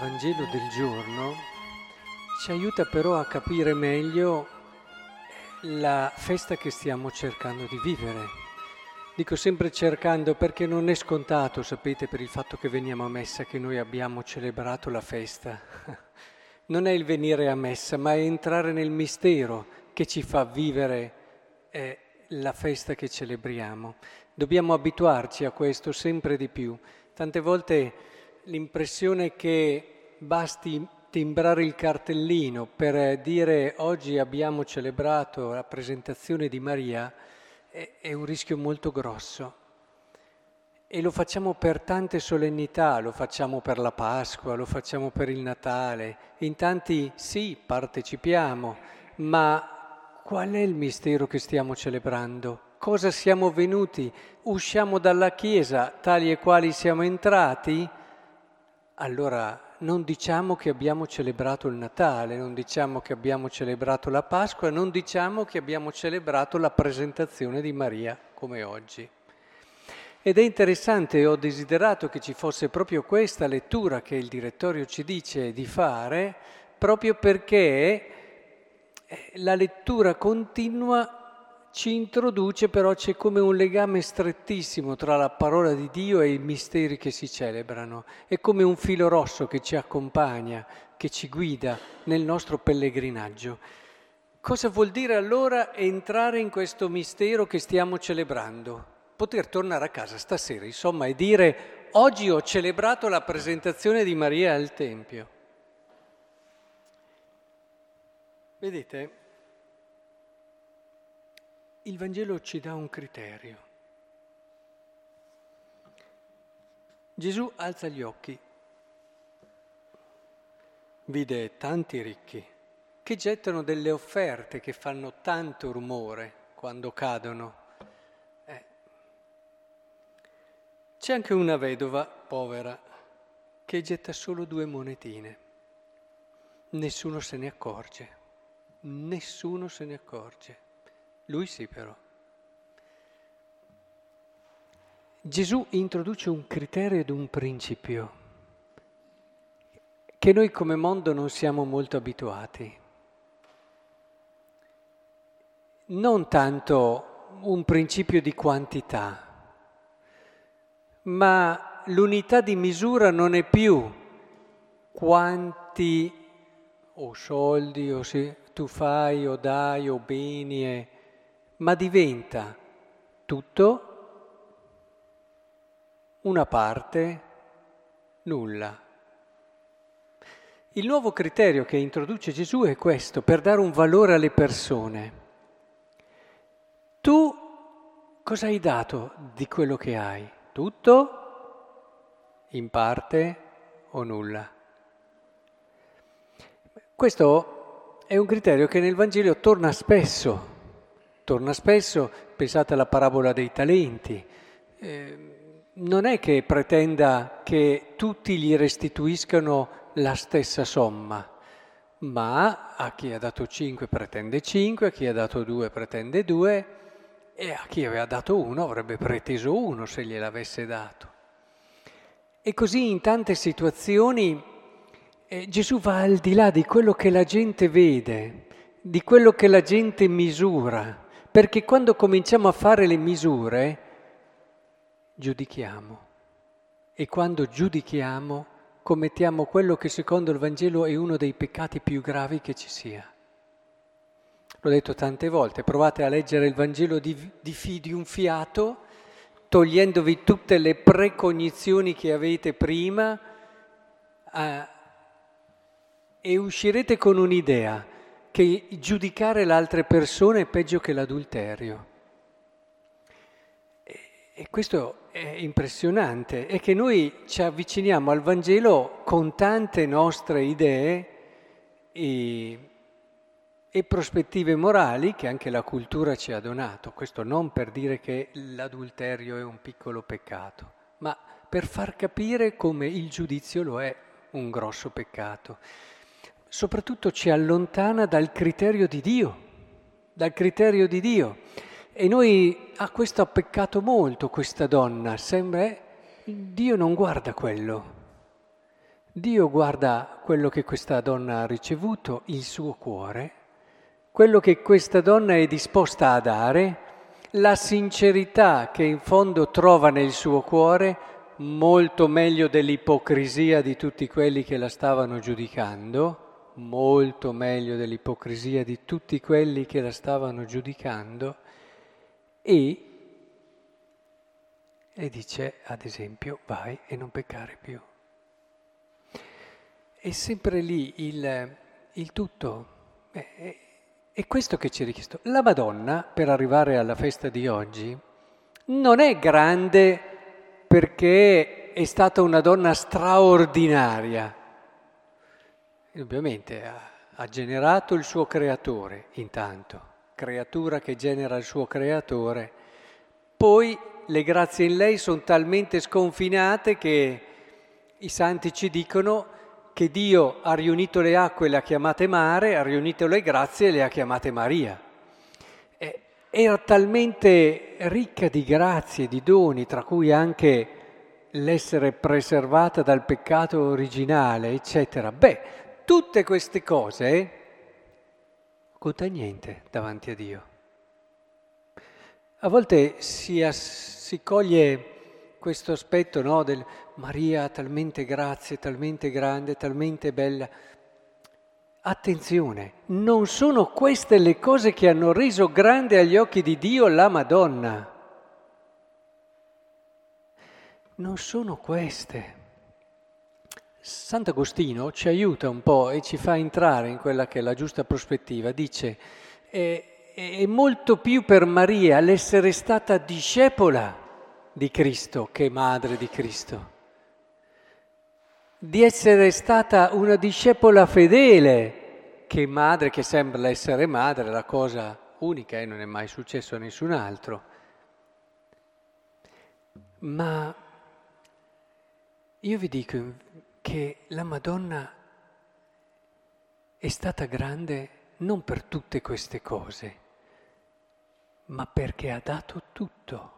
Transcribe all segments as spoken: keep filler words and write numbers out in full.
Vangelo del giorno ci aiuta però a capire meglio la festa che stiamo cercando di vivere. Dico sempre cercando perché non è scontato, sapete, per il fatto che veniamo a messa, che noi abbiamo celebrato la festa. Non è il venire a messa, ma è entrare nel mistero che ci fa vivere eh, la festa che celebriamo. Dobbiamo abituarci a questo sempre di più. Tante volte l'impressione che basti timbrare il cartellino per dire oggi abbiamo celebrato la presentazione di Maria è, è un rischio molto grosso. E lo facciamo per tante solennità, lo facciamo per la Pasqua, lo facciamo per il Natale. In tanti sì, partecipiamo, ma qual è il mistero che stiamo celebrando? Cosa siamo venuti? Usciamo dalla Chiesa tali e quali siamo entrati? Allora non diciamo che abbiamo celebrato il Natale, non diciamo che abbiamo celebrato la Pasqua, non diciamo che abbiamo celebrato la presentazione di Maria come oggi. Ed è interessante, ho desiderato che ci fosse proprio questa lettura che il direttorio ci dice di fare, proprio perché la lettura continua ci introduce, però c'è come un legame strettissimo tra la parola di Dio e i misteri che si celebrano. È come un filo rosso che ci accompagna, che ci guida nel nostro pellegrinaggio. Cosa vuol dire allora entrare in questo mistero che stiamo celebrando? Poter tornare a casa stasera, insomma, e dire oggi ho celebrato la presentazione di Maria al Tempio. Vedete? Il Vangelo ci dà un criterio. Gesù alza gli occhi, vide tanti ricchi che gettano delle offerte che fanno tanto rumore quando cadono. Eh. C'è anche una vedova povera che getta solo due monetine. Nessuno se ne accorge, nessuno se ne accorge. Lui sì però. Gesù introduce un criterio ed un principio che noi come mondo non siamo molto abituati. Non tanto un principio di quantità, ma l'unità di misura non è più quanti o soldi o se tu fai o dai o beni e ma diventa tutto, una parte, nulla. Il nuovo criterio che introduce Gesù è questo, per dare un valore alle persone. Tu cosa hai dato di quello che hai? Tutto, in parte o nulla? Questo è un criterio che nel Vangelo torna spesso. Torna spesso, pensate alla parabola dei talenti, eh, non è che pretenda che tutti gli restituiscano la stessa somma, ma a chi ha dato cinque pretende cinque, a chi ha dato due pretende due e a chi aveva dato uno avrebbe preteso uno se gliel'avesse dato. E così in tante situazioni eh, Gesù va al di là di quello che la gente vede, di quello che la gente misura. Perché quando cominciamo a fare le misure, giudichiamo. E quando giudichiamo, commettiamo quello che secondo il Vangelo è uno dei peccati più gravi che ci sia. L'ho detto tante volte, provate a leggere il Vangelo di, di, di un fiato, togliendovi tutte le precognizioni che avete prima eh, e uscirete con un'idea che giudicare le altre persone è peggio che l'adulterio. E, e questo è impressionante, è che noi ci avviciniamo al Vangelo con tante nostre idee e, e prospettive morali che anche la cultura ci ha donato. Questo non per dire che l'adulterio è un piccolo peccato, ma per far capire come il giudizio lo è un grosso peccato. Soprattutto ci allontana dal criterio di Dio, dal criterio di Dio. E noi, ah, questo ha peccato molto questa donna, sembra, eh, Dio non guarda quello. Dio guarda quello che questa donna ha ricevuto, il suo cuore, quello che questa donna è disposta a dare, la sincerità che in fondo trova nel suo cuore, molto meglio dell'ipocrisia di tutti quelli che la stavano giudicando, molto meglio dell'ipocrisia di tutti quelli che la stavano giudicando, e le dice, ad esempio, vai e non peccare più. È sempre lì il, il tutto. È, è questo che ci è richiesto. La Madonna, per arrivare alla festa di oggi, non è grande perché è stata una donna straordinaria. Ovviamente ha, ha generato il suo creatore, intanto, creatura che genera il suo creatore. Poi le grazie in lei sono talmente sconfinate che i santi ci dicono che Dio ha riunito le acque e le ha chiamate mare, ha riunito le grazie e le ha chiamate Maria. Eh, era talmente ricca di grazie, di doni, tra cui anche l'essere preservata dal peccato originale, eccetera. Beh, tutte queste cose conta niente davanti a Dio. A volte si, as- si coglie questo aspetto, no, del Maria talmente grazie, talmente grande, talmente bella. Attenzione, non sono queste le cose che hanno reso grande agli occhi di Dio la Madonna. Non sono queste. Sant'Agostino ci aiuta un po' e ci fa entrare in quella che è la giusta prospettiva. Dice, è, è molto più per Maria l'essere stata discepola di Cristo che madre di Cristo. Di essere stata una discepola fedele che madre, che sembra essere madre, la cosa unica e non è mai successo a nessun altro. Ma io vi dico che la Madonna è stata grande non per tutte queste cose, ma perché ha dato tutto,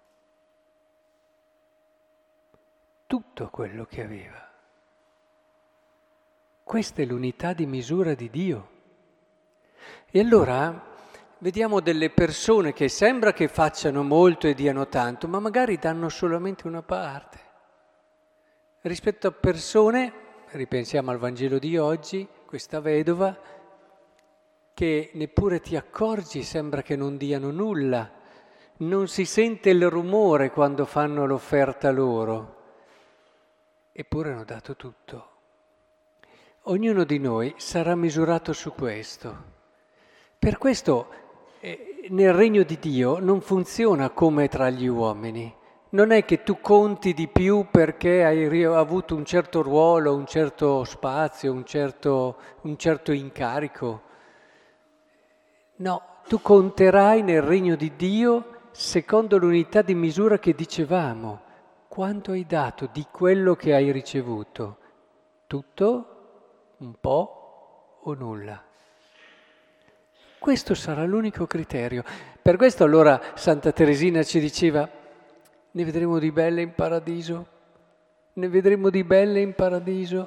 tutto quello che aveva. Questa è l'unità di misura di Dio. E allora vediamo delle persone che sembra che facciano molto e diano tanto, ma magari danno solamente una parte. Rispetto a persone, ripensiamo al Vangelo di oggi, questa vedova, che neppure ti accorgi, sembra che non diano nulla, non si sente il rumore quando fanno l'offerta loro, eppure hanno dato tutto. Ognuno di noi sarà misurato su questo. Per questo eh, nel regno di Dio non funziona come tra gli uomini. Non è che tu conti di più perché hai avuto un certo ruolo, un certo spazio, un certo, un certo incarico. No, tu conterai nel regno di Dio secondo l'unità di misura che dicevamo. Quanto hai dato di quello che hai ricevuto? Tutto? Un po' o nulla? Questo sarà l'unico criterio. Per questo allora Santa Teresina ci diceva: ne vedremo di belle in paradiso, ne vedremo di belle in paradiso,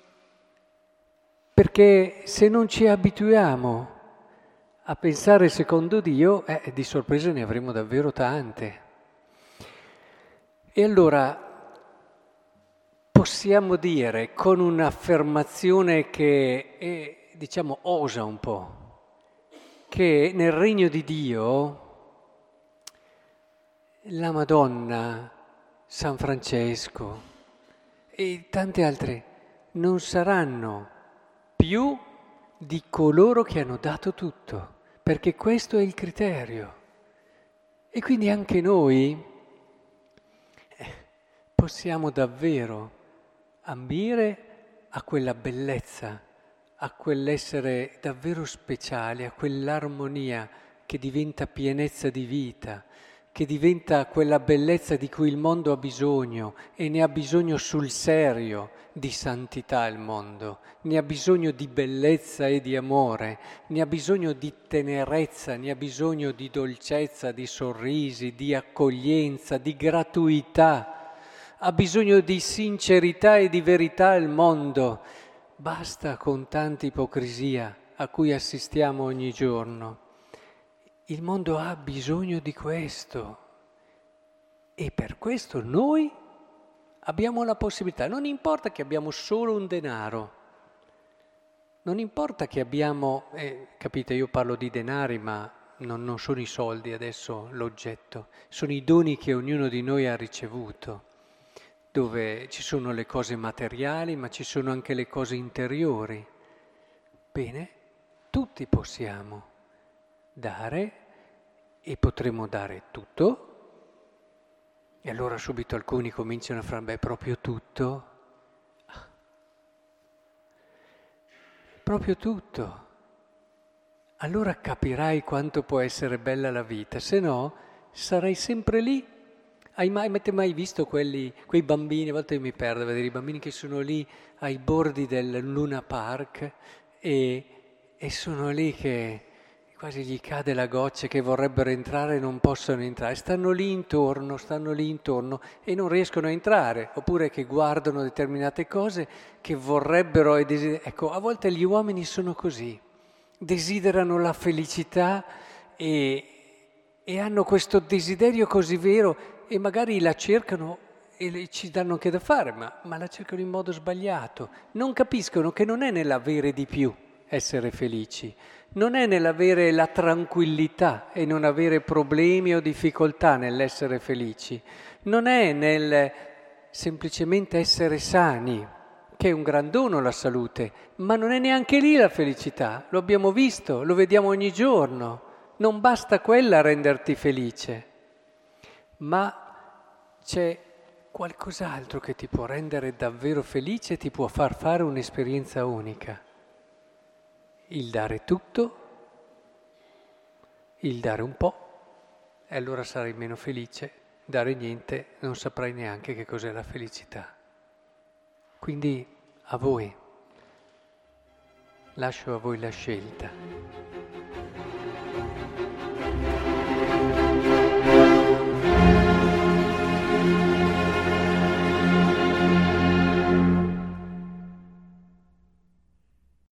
perché se non ci abituiamo a pensare secondo Dio, eh, di sorprese ne avremo davvero tante. E allora possiamo dire con un'affermazione che è, diciamo, osa un po', che nel regno di Dio la Madonna, San Francesco e tante altre non saranno più di coloro che hanno dato tutto, perché questo è il criterio. E quindi anche noi possiamo davvero ambire a quella bellezza, a quell'essere davvero speciale, a quell'armonia che diventa pienezza di vita, che diventa quella bellezza di cui il mondo ha bisogno, e ne ha bisogno sul serio di santità il mondo, ne ha bisogno di bellezza e di amore, ne ha bisogno di tenerezza, ne ha bisogno di dolcezza, di sorrisi, di accoglienza, di gratuità. ha bisogno di sincerità e di verità il mondo. Basta con tanta ipocrisia a cui assistiamo ogni giorno. Il mondo ha bisogno di questo e per questo noi abbiamo la possibilità. Non importa che abbiamo solo un denaro, non importa che abbiamo, eh, capite, io parlo di denari, ma non, non sono i soldi adesso l'oggetto, sono i doni che ognuno di noi ha ricevuto, dove ci sono le cose materiali, ma ci sono anche le cose interiori. Bene, tutti possiamo dare e potremo dare tutto. E allora subito alcuni cominciano a fare, beh, proprio tutto? Proprio tutto. Allora capirai quanto può essere bella la vita, se no sarai sempre lì. Hai mai, avete mai visto quelli, quei bambini, a volte mi perdo a vedere i bambini che sono lì ai bordi del Luna Park e, e sono lì che quasi gli cade la goccia, che vorrebbero entrare e non possono entrare, stanno lì intorno, stanno lì intorno e non riescono a entrare, oppure che guardano determinate cose che vorrebbero e desiderano. Ecco, a volte gli uomini sono così, desiderano la felicità e, e hanno questo desiderio così vero e magari la cercano e ci danno anche da fare, ma, ma la cercano in modo sbagliato. Non capiscono che non è nell'avere di più essere felici, non è nell'avere la tranquillità e non avere problemi o difficoltà nell'essere felici, non è nel semplicemente essere sani, che è un gran dono la salute, ma non è neanche lì la felicità, lo abbiamo visto, lo vediamo ogni giorno, non basta quella a renderti felice, ma c'è qualcos'altro che ti può rendere davvero felice e ti può far fare un'esperienza unica. Il dare tutto, il dare un po', e allora sarai meno felice, dare niente, non saprai neanche che cos'è la felicità. Quindi a voi, lascio a voi la scelta.